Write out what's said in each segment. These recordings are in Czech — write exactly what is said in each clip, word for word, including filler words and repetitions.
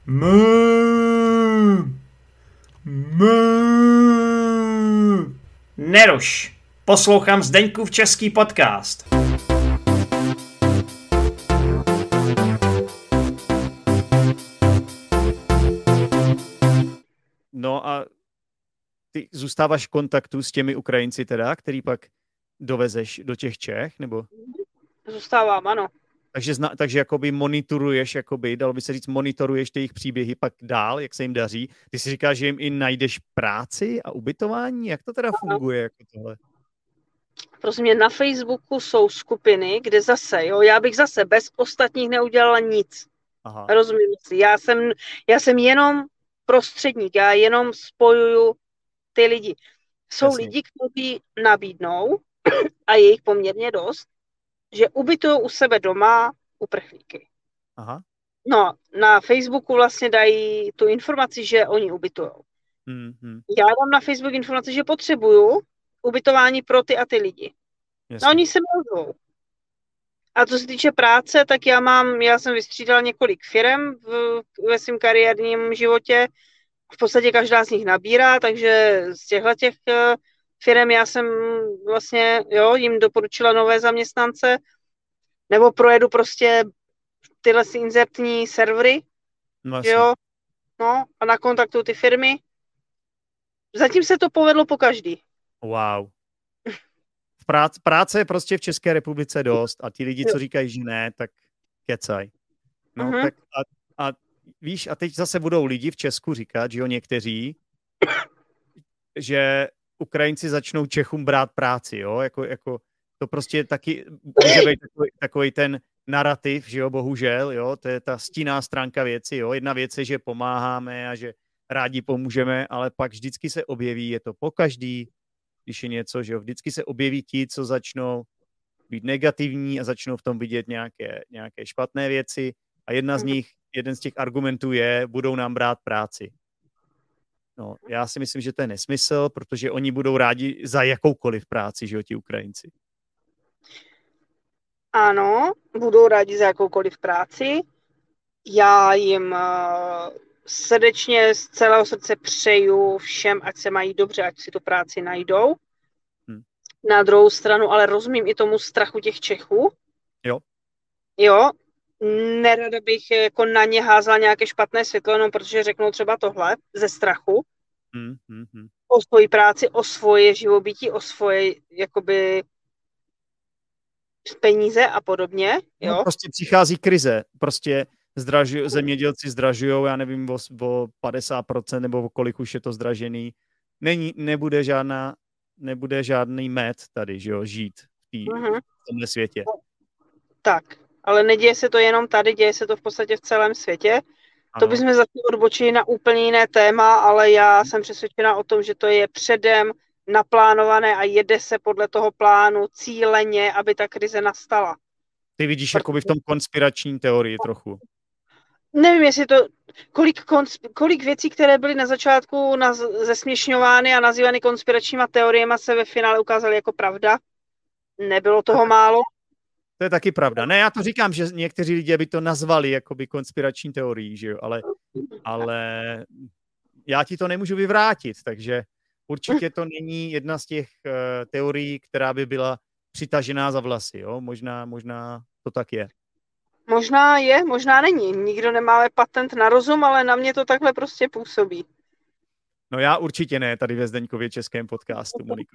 Mö. Mö. Neruš. Poslouchám Zdeňkův český podcast. No a ty zůstáváš v kontaktu s těmi Ukrajinci teda, který pak dovezeš do těch Čech, nebo? Zůstávám, ano. Takže, zna, takže jakoby monitoruješ, jakoby, dalo by se říct, monitoruješ ty jejich příběhy pak dál, jak se jim daří. Ty si říkáš, že jim i najdeš práci a ubytování? Jak to teda funguje jako tohle? Prosím mě, na Facebooku jsou skupiny, kde zase, jo, já bych zase bez ostatních neudělala nic. Aha. Rozumím si, já jsem, já jsem jenom prostředník, já jenom spojuju ty lidi. Jsou Jasně. lidi, kteří nabídnou, a je jich poměrně dost, že ubytují u sebe doma uprchlíky. Aha. No, na Facebooku vlastně dají tu informaci, že oni ubytujou. Hmm, hmm. Já dám na Facebook informaci, že potřebuju ubytování pro ty a ty lidi. Jasně. No, oni se ozvou. A co se týče práce, tak já mám, já jsem vystřídala několik firem v, ve svém kariérním životě. V podstatě každá z nich nabírá, takže z těchto těch firem já jsem vlastně, jo, jim doporučila nové zaměstnance, nebo projedu prostě tyhle si inzertní servery, No, jo, no, a nakontaktuju ty firmy. Zatím se to povedlo po každý. Wow. Prác, práce je prostě v České republice dost a ti lidi, co říkají, že ne, tak kecaj. No, uh-huh. tak a, a víš, a teď zase budou lidi v Česku říkat, že jo, někteří, že Ukrajinci začnou Čechům brát práci, jo, jako, jako to prostě taky může být takový, takový ten narrativ, že jo, bohužel, jo, to je ta stinná stránka věci, jo, jedna věc je, že pomáháme a že rádi pomůžeme, ale pak vždycky se objeví, je to pokaždý, když je něco, že jo, vždycky se objeví ti, co začnou být negativní a začnou v tom vidět nějaké, nějaké špatné věci a jedna z nich, jeden z těch argumentů je, budou nám brát práci. No, já si myslím, že to je nesmysl, protože oni budou rádi za jakoukoliv práci, že jo, ti Ukrajinci. Ano, budou rádi za jakoukoliv práci. Já jim srdečně z celého srdce přeju všem, ať se mají dobře, ať si tu práci najdou. Hmm. Na druhou stranu, ale rozumím i tomu strachu těch Čechů. Jo. Jo, nerada bych jako na ně házela nějaké špatné světlo, jenom protože řeknou třeba tohle ze strachu. Hmm, hmm, hmm. O svoji práci, o svoje živobytí, o svoje jakoby peníze a podobně. Jo? No, prostě přichází krize, prostě zdražují, zemědělci zdražujou, já nevím, o, o padesát procent nebo o kolik už je to zdražený. Není, nebude žádná, nebude žádný med tady, že jo, žít v, tý, uh-huh. v tomhle světě. Tak, ale neděje se to jenom tady, děje se to v podstatě v celém světě. Ano. To bychom zase odbočili na úplně jiné téma, ale já jsem přesvědčena o tom, že to je předem naplánované a jede se podle toho plánu cíleně, aby ta krize nastala. Ty vidíš jakoby v tom konspirační teorii trochu. Nevím, jestli to, kolik, konsp, kolik věcí, které byly na začátku naz, zesměšňovány a nazývány konspiračníma teoriemi, se ve finále ukázaly jako pravda. Nebylo toho málo. To je taky pravda. Ne, já to říkám, že někteří lidé by to nazvali jakoby konspirační teorií, že jo, ale, ale já ti to nemůžu vyvrátit, takže určitě to není jedna z těch uh, teorií, která by byla přitažená za vlasy, jo, možná, možná to tak je. Možná je, možná není. Nikdo nemá patent na rozum, ale na mě to takhle prostě působí. No já určitě ne, tady ve Zdeňkově českém podcastu, Moniko.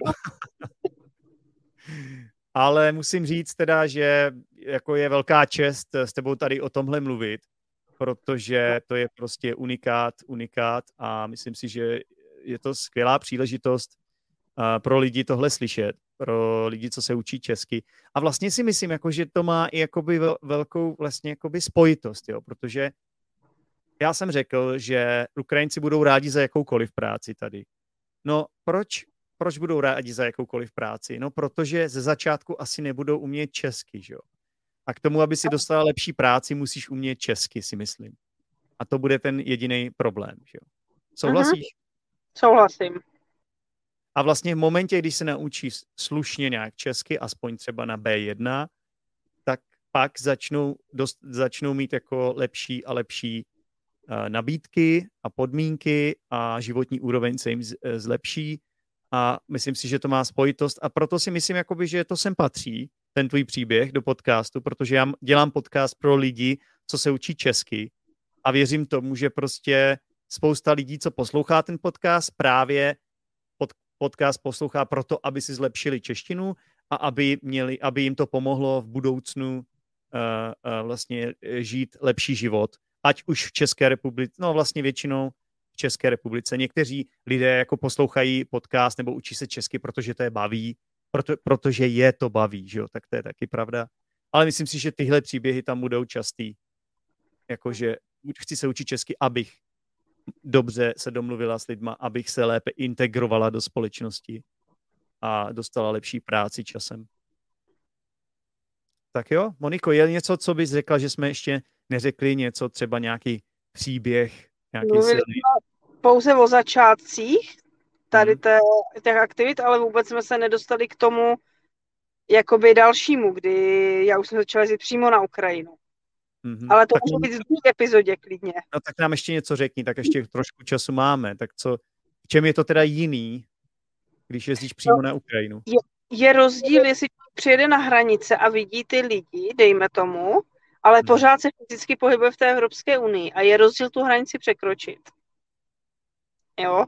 Ale musím říct teda, že jako je velká čest s tebou tady o tomhle mluvit, protože to je prostě unikát, unikát a myslím si, že je to skvělá příležitost uh, pro lidi tohle slyšet, pro lidi, co se učí česky. A vlastně si myslím, jako, že to má i jakoby vel, velkou vlastně jakoby spojitost, jo, protože já jsem řekl, že Ukrajinci budou rádi za jakoukoliv práci tady. No proč? Proč budou rádi za jakoukoliv práci? No, protože ze začátku asi nebudou umět česky, že jo? A k tomu, aby si dostala lepší práci, musíš umět česky, si myslím. A to bude ten jediný problém, že jo? Souhlasíš? Uh-huh. Souhlasím. A vlastně v momentě, když se naučíš slušně nějak česky, aspoň třeba na bé jedna, tak pak začnou, dost, začnou mít jako lepší a lepší nabídky a podmínky a životní úroveň se jim zlepší a myslím si, že to má spojitost a proto si myslím, jakoby, že to sem patří, ten tvůj příběh do podcastu, protože já dělám podcast pro lidi, co se učí česky a věřím tomu, že prostě spousta lidí, co poslouchá ten podcast, právě pod, podcast poslouchá proto, aby si zlepšili češtinu a aby, měli, aby jim to pomohlo v budoucnu uh, uh, vlastně žít lepší život, ať už v České republice, no vlastně většinou v České republice. Někteří lidé jako poslouchají podcast nebo učí se česky, protože to je baví, proto, protože je to baví, že jo, tak to je taky pravda. Ale myslím si, že tyhle příběhy tam budou častý. Jakože chci se učit česky, abych dobře se domluvila s lidma, abych se lépe integrovala do společnosti a dostala lepší práci časem. Tak jo, Moniko, je něco, co bys řekla, že jsme ještě neřekli, něco, třeba nějaký příběh, nějaký Mluvili silný? jsme pouze o začátcích tady té, těch aktivit, ale vůbec jsme se nedostali k tomu jakoby dalšímu, kdy já už jsem začala jezdit přímo na Ukrajinu. Mm-hmm. Ale to tak může nám, být v druhé epizodě klidně. No tak nám ještě něco řekni, tak ještě trošku času máme. Tak co, v čem je to teda jiný, když jezdíš přímo no, na Ukrajinu? Je, je rozdíl, jestli přijede na hranice a vidí ty lidi, dejme tomu, ale hmm. pořád se fyzicky pohybuje v té Evropské unii a je rozdíl tu hranici překročit. Jo?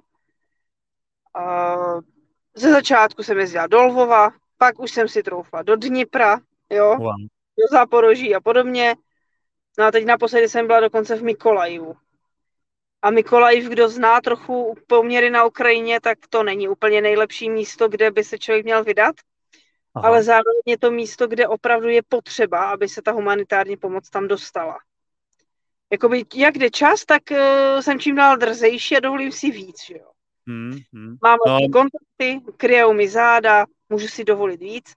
Uh, ze začátku jsem jezdila do Lvova, pak už jsem si troufla do Dnipra, jo? Wow. Do Záporoží a podobně. No a teď naposledy jsem byla dokonce v Mykolajivu. A Mykolajiv, kdo zná trochu poměry na Ukrajině, tak to není úplně nejlepší místo, kde by se člověk měl vydat. Aha. Ale zároveň je to místo, kde opravdu je potřeba, aby se ta humanitární pomoc tam dostala. Jakoby, jak jde čas, tak uh, jsem čím dál drzejší a dovolím si víc, že jo. Hmm, hmm. Mám no. kontakty, kryjou mi záda, můžu si dovolit víc.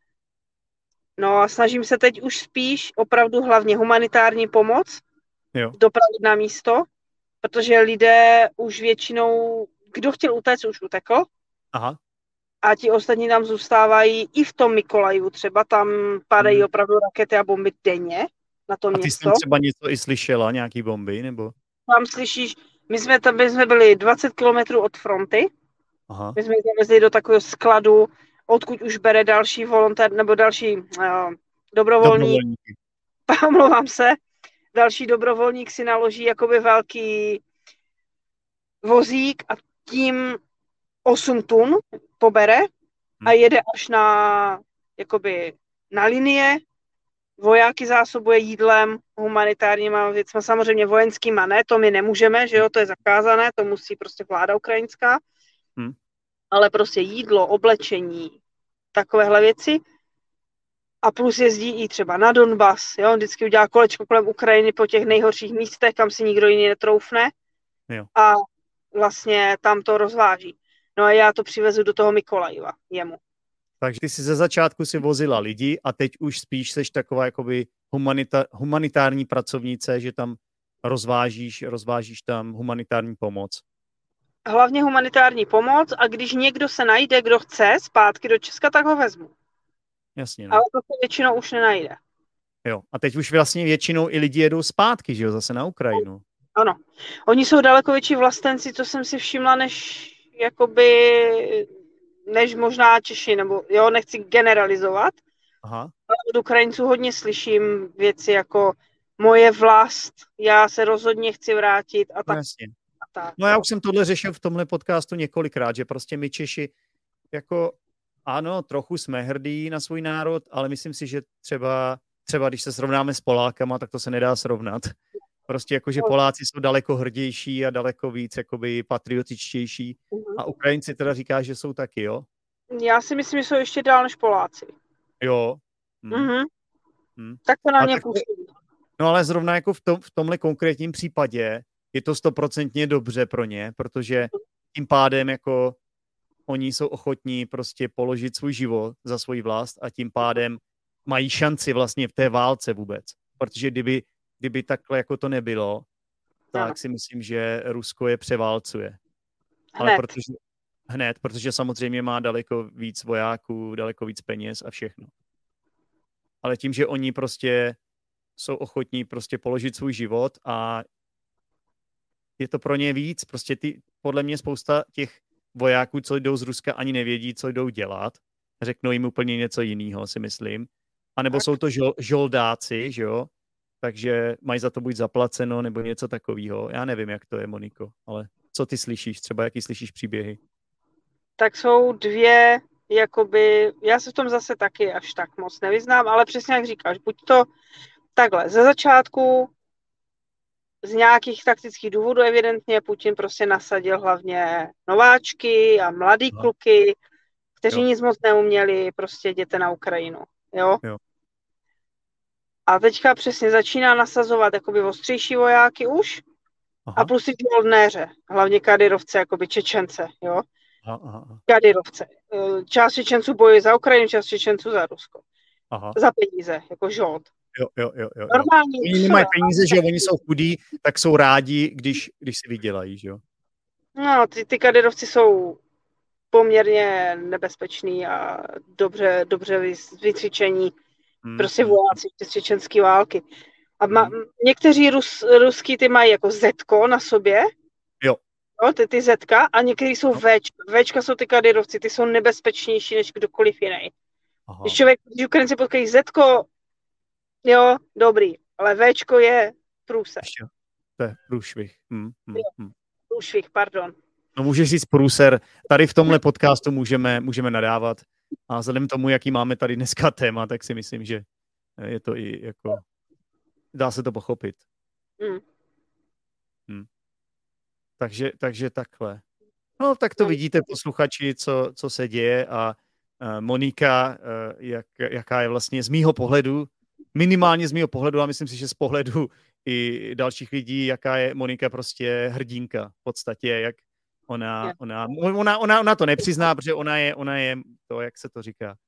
No a snažím se teď už spíš opravdu hlavně humanitární pomoc jo. dopravit na místo, protože lidé už většinou, kdo chtěl utéct, už utekl. Aha. A ti ostatní tam zůstávají i v tom Mykolajivu třeba, tam padají hmm. opravdu rakety a bomby denně na to a město. A ty jsi tam třeba něco i slyšela, nějaký bomby, nebo? Tam slyšíš, my jsme tam my jsme byli dvacet kilometrů od fronty, Aha. my jsme zavezli do takového skladu, odkud už bere další volontér, nebo další uh, dobrovolník, omlouvám se, další dobrovolník si naloží jakoby velký vozík a tím osm tun pobere a jede až na, jakoby, na linie, vojáky zásobuje jídlem, humanitárníma věcma, samozřejmě vojenskýma ne, to my nemůžeme, že jo, to je zakázané, to musí prostě vláda ukrajinská, hmm. ale prostě jídlo, oblečení, takovéhle věci. A plus jezdí i třeba na Donbas, jo, vždycky udělá kolečko kolem Ukrajiny po těch nejhorších místech, kam si nikdo jiný netroufne. Jo. A vlastně tam to rozváží. No a já to přivezu do toho Mykolajiva, jemu. Takže ty jsi ze začátku si vozila lidi a teď už spíš seš taková jakoby humanita- humanitární pracovnice, že tam rozvážíš, rozvážíš tam humanitární pomoc. Hlavně humanitární pomoc a když někdo se najde, kdo chce zpátky do Česka, tak ho vezmu. Jasně. No. Ale to se většinou už nenajde. Jo, a teď už vlastně většinou i lidi jedou zpátky, že jo, zase na Ukrajinu. Ano. Oni jsou daleko větší vlastenci, co jsem si všimla, než jakoby, než možná Češi, nebo jo, nechci generalizovat. Aha. Ale od Ukrajinců hodně slyším věci jako moje vlast, já se rozhodně chci vrátit a tak. Jasně. A tak. No já už jsem tohle řešil v tomhle podcastu několikrát, že prostě my Češi jako ano, trochu jsme hrdí na svůj národ, ale myslím si, že třeba, třeba když se srovnáme s Polákama, tak to se nedá srovnat. Prostě jakože Poláci jsou daleko hrdější a daleko víc jakoby patriotičtější. Uh-huh. A Ukrajinci teda říká, že jsou taky, jo? Já si myslím, že jsou ještě dál než Poláci. Jo. Hmm. Uh-huh. Hmm. Tak to na mě působí. No ale zrovna jako v, tom, v tomhle konkrétním případě je to stoprocentně dobře pro ně, protože tím pádem jako oni jsou ochotní prostě položit svůj život za svůj vlast a tím pádem mají šanci vlastně v té válce vůbec. Protože kdyby, kdyby takhle jako to nebylo, tak no. si myslím, že Rusko je převálcuje. Hned. Ale protože, hned, protože samozřejmě má daleko víc vojáků, daleko víc peněz a všechno. Ale tím, že oni prostě jsou ochotní prostě položit svůj život a je to pro ně víc. Prostě ty, podle mě spousta těch vojáků, co jdou z Ruska, ani nevědí, co jdou dělat. Řeknou jim úplně něco jiného, si myslím. A nebo jsou to žol, žoldáci, že jo? Takže mají za to buď zaplaceno, nebo něco takového. Já nevím, jak to je, Moniko, ale co ty slyšíš? Třeba jaký slyšíš příběhy? Tak jsou dvě, jakoby, já se v tom zase taky až tak moc nevyznám, ale přesně jak říkáš, buď to takhle, ze začátku z nějakých taktických důvodů evidentně Putin prostě nasadil hlavně nováčky a mladý no. kluky, kteří jo. nic moc neuměli, prostě jděte na Ukrajinu, jo? jo. A teďka přesně začíná nasazovat jakoby ostřejší vojáky už. Aha. A plus ty žoldnéře, hlavně kadyrovce, jakoby Čečence, jo. Aha, aha. Kadyrovce. Část Čečenců bojuje za Ukrajinu, část Čečenců za Rusko. Aha. Za peníze, jako žold. Jo, jo, jo, jo. Normální. Oni nemají peníze, že oni jsou chudí, tak jsou rádi, když, když si vydělají, že jo. No, ty, ty kadyrovci jsou poměrně nebezpeční a dobře, dobře vycvičení. Hmm. Prostě vojáci z čečenské války. A ma, hmm. někteří Rus, ruský ty mají jako zetko na sobě. Jo. Jo, ty, ty zetka a někteří jsou véčka. Véčka jsou ty kadyrovci, ty jsou nebezpečnější než kdokoliv jiný. Aha. Když člověk, když Ukrajinci potkají zetko, jo, dobrý, ale véčko je průser. To je průšvih. Hmm, hmm, hmm. Průšvih, pardon. No můžeš říct průser. Tady v tomhle podcastu můžeme, můžeme nadávat. A vzhledem tomu, jaký máme tady dneska téma, tak si myslím, že je to i jako... Dá se to pochopit. Mm. Hmm. Takže, takže takhle. No, tak to vidíte, posluchači, co, co se děje a uh, Monika, uh, jak, jaká je vlastně z mýho pohledu, minimálně z mýho pohledu a myslím si, že z pohledu i dalších lidí, jaká je Monika prostě hrdinka v podstatě, jak ona, ona, ona, ona, ona to nepřizná, protože ona je, ona je to, jak se to říká,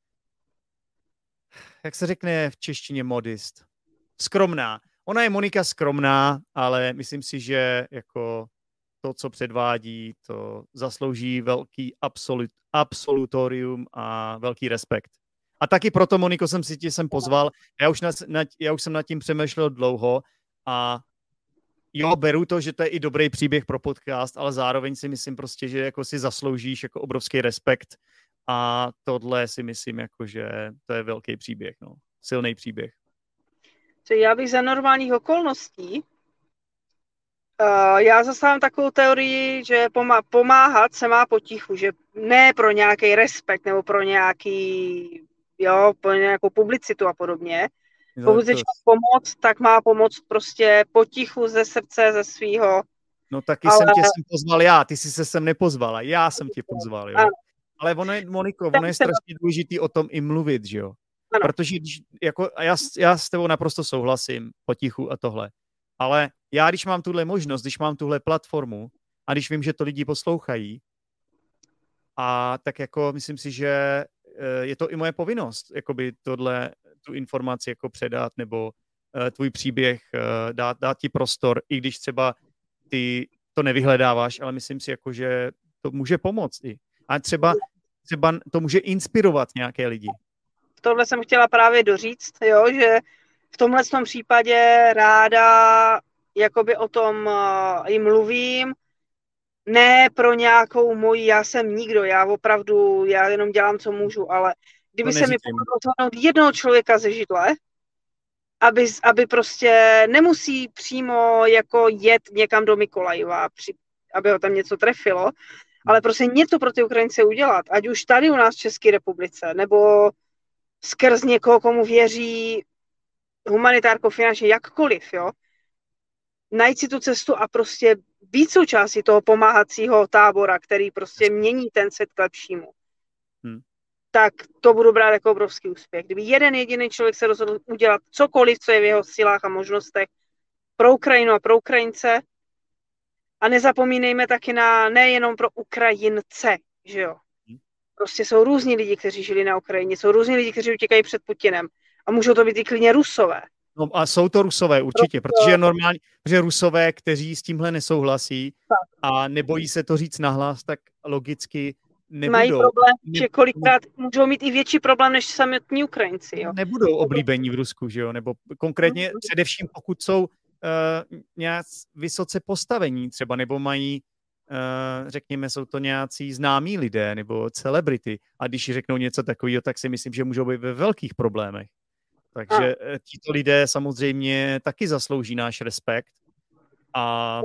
jak se řekne v češtině modist, skromná. Ona je Monika skromná, ale myslím si, že jako to, co předvádí, to zaslouží velký absolut, absolutorium a velký respekt. A taky proto, Moniko, jsem si tě sem pozval. Já už, na, na, já už jsem nad tím přemýšlel dlouho a jo, beru to, že to je i dobrý příběh pro podcast, ale zároveň si myslím prostě, že jako si zasloužíš jako obrovský respekt a tohle si myslím, jako, že to je velký příběh, no. Silný příběh. Já bych za normálních okolností uh, já zastávám takovou teorii, že pomá- pomáhat se má potichu, že ne pro nějaký respekt nebo pro nějaký, jo, pro nějakou publicitu a podobně. No, pokud se člověk pomoct, tak má pomoct prostě potichu ze srdce, ze svýho. No taky ale... jsem tě sem pozval já, ty jsi se sem nepozvala, já jsem tě pozval, jo. Ano. Ale ono je, Moniko, ono je strašně důležitý o tom i mluvit, že jo. Ano. Protože když, jako, já, já s tebou naprosto souhlasím, potichu a tohle. Ale já, když mám tuhle možnost, když mám tuhle platformu a když vím, že to lidi poslouchají, a tak jako myslím si, že je to i moje povinnost, jakoby tohle, tu informaci jako předat, nebo uh, tvůj příběh uh, dát, dát ti prostor, i když třeba ty to nevyhledáváš, ale myslím si, jako, že to může pomoct i. A třeba, třeba to může inspirovat nějaké lidi. Tohle jsem chtěla právě doříct, jo, že v tomhle tom případě ráda jakoby o tom uh, i mluvím, ne pro nějakou moji, já jsem nikdo, já opravdu, já jenom dělám, co můžu, ale kdyby se mi povedlo jednoho člověka ze židle, aby, aby prostě nemusí přímo jako jet někam do Mikolajova, při, aby ho tam něco trefilo, ale prostě něco pro ty Ukrajince udělat, ať už tady u nás v České republice, nebo skrz někoho, komu věří humanitárko, finančně, jakkoliv, jo. Najít si tu cestu a prostě být součástí toho pomáhacího tábora, který prostě mění ten svět k lepšímu. Hmm. Tak to budu brát jako obrovský úspěch. Kdyby jeden jediný člověk se rozhodl udělat cokoliv, co je v jeho silách a možnostech pro Ukrajinu a pro Ukrajince, a nezapomínejme taky na nejenom pro Ukrajince, že jo. Prostě jsou různí lidi, kteří žili na Ukrajině, jsou různí lidi, kteří utěkají před Putinem. A můžou to být i klidně Rusové. No a jsou to Rusové určitě, protože je normální, že Rusové, kteří s tímhle nesouhlasí a nebojí se to říct nahlas, tak logicky nebudou. Mají problém, ne, že kolikrát můžou mít i větší problém než samotní Ukrajinci. Jo? Nebudou oblíbení v Rusku, že jo? Nebo konkrétně především, pokud jsou uh, nějak vysoce postavení třeba, nebo mají, uh, řekněme, jsou to nějací známí lidé nebo celebrity. A když řeknou něco takového, tak si myslím, že můžou být ve velkých problémech. Takže a. tito lidé samozřejmě taky zaslouží náš respekt. A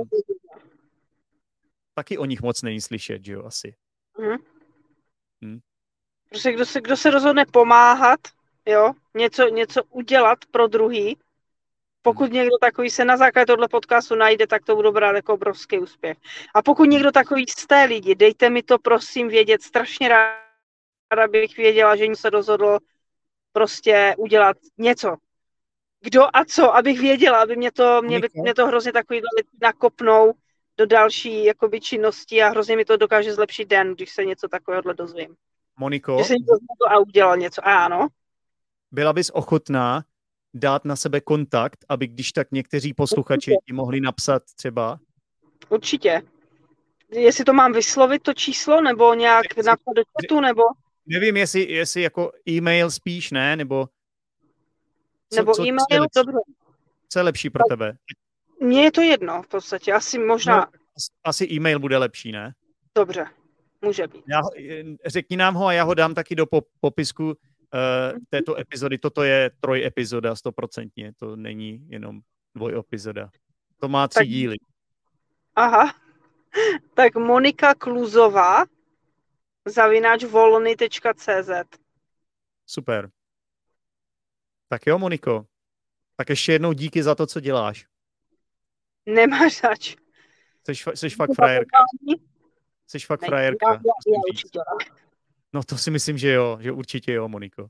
taky o nich moc není slyšet, že jo, asi. Hmm. Hmm. Prostě kdo se, kdo se rozhodne pomáhat, jo, něco, něco udělat pro druhý, pokud hmm. někdo takový se na základě tohle podcastu najde, tak to budu brát jako obrovský úspěch. A pokud někdo takový jste lidi, dejte mi to prosím vědět, strašně ráda bych věděla, že se rozhodl prostě udělat něco. Kdo a co, abych věděla, aby mě to, mě, mě to hrozně takový nakopnou do další jakoby činnosti a hrozně mi to dokáže zlepšit den, když se něco takového dozvím. Moniko, že jsem to a udělal něco. Ano. Byla bys ochotná dát na sebe kontakt, aby když tak někteří posluchači ti mohli napsat třeba? Určitě. Jestli to mám vyslovit, to číslo, nebo nějak napsat do chatu, nebo? Nevím, jestli, jestli jako e-mail spíš, ne, nebo co, nebo co, e-mail, co dobře. Co je lepší pro tebe? Mně je to jedno v podstatě, asi možná. No, asi e-mail bude lepší, ne? Dobře, může být. Já, řekni nám ho a já ho dám taky do pop, popisku uh, této epizody. Toto je troj epizoda, stoprocentně, to není jenom dvoj epizoda. To má tři tak, díly. Aha, tak Monika Kluzová zavináč volny tečka cé zet. Super. Tak jo, Moniko. Tak ještě jednou díky za to, co děláš. Nemáš zač. Jseš, jseš fakt frajerka. Jseš fakt ne, frajerka. Já, já, já určitě. No to si myslím, že jo, že určitě jo, Moniko.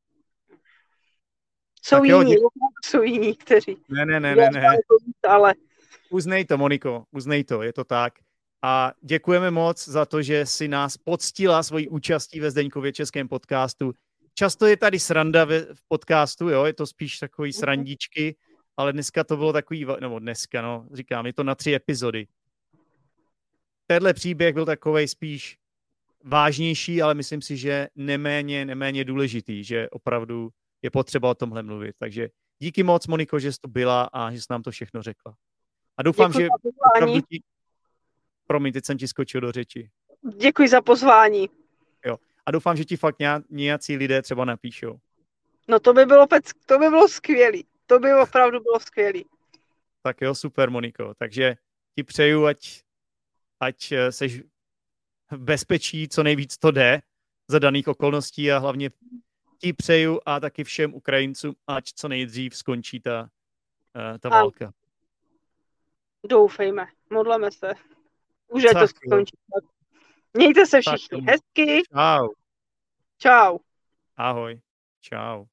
Jsou tak jiní, jo, jsou jiní, kteří. Ne, ne, ne, ne, ne. Ale... Uznej to, Moniko, uznej to, je to tak. A děkujeme moc za to, že si nás poctila svojí účastí ve Zdeňkově českém podcastu. Často je tady sranda v podcastu, jo, je to spíš takový srandičky, ale dneska to bylo takový, nebo dneska, no, říkám, je to na tři epizody. Tenhle příběh byl takovej spíš vážnější, ale myslím si, že neméně, neméně důležitý, že opravdu je potřeba o tomhle mluvit. Takže díky moc, Moniko, že jsi tu byla a že jsi nám to všechno řekla. A doufám, děkuji že opravdu ti... Promiň, teď jsem ti skočil do řeči. Děkuji za pozvání. Jo. A doufám, že ti fakt nějací lidé třeba napíšou. No to by bylo, pec, to by bylo skvělý. To by opravdu bylo skvělý. Tak jo, super, Moniko. Takže ti přeju, ať, ať seš v bezpečí, co nejvíc to jde za daných okolností a hlavně ti přeju a taky všem Ukrajincům, ať co nejdřív skončí ta, ta válka. Doufejme, modleme se. Už je to skončí. Mějte se všichni tak, hezky. Čau. Čau. Ahoj. Čau.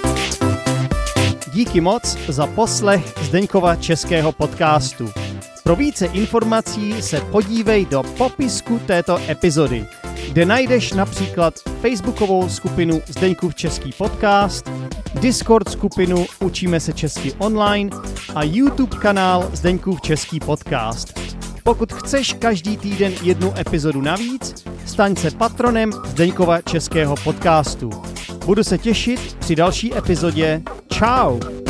Díky moc za poslech Zdeňkova českého podcastu. Pro více informací se podívej do popisku této epizody, kde najdeš například facebookovou skupinu Zdeňkův český podcast, Discord skupinu Učíme se česky online a YouTube kanál Zdeňkův český podcast. Pokud chceš každý týden jednu epizodu navíc, staň se patronem Zdeňkova českého podcastu. Budu se těšit při další epizodě. Čau!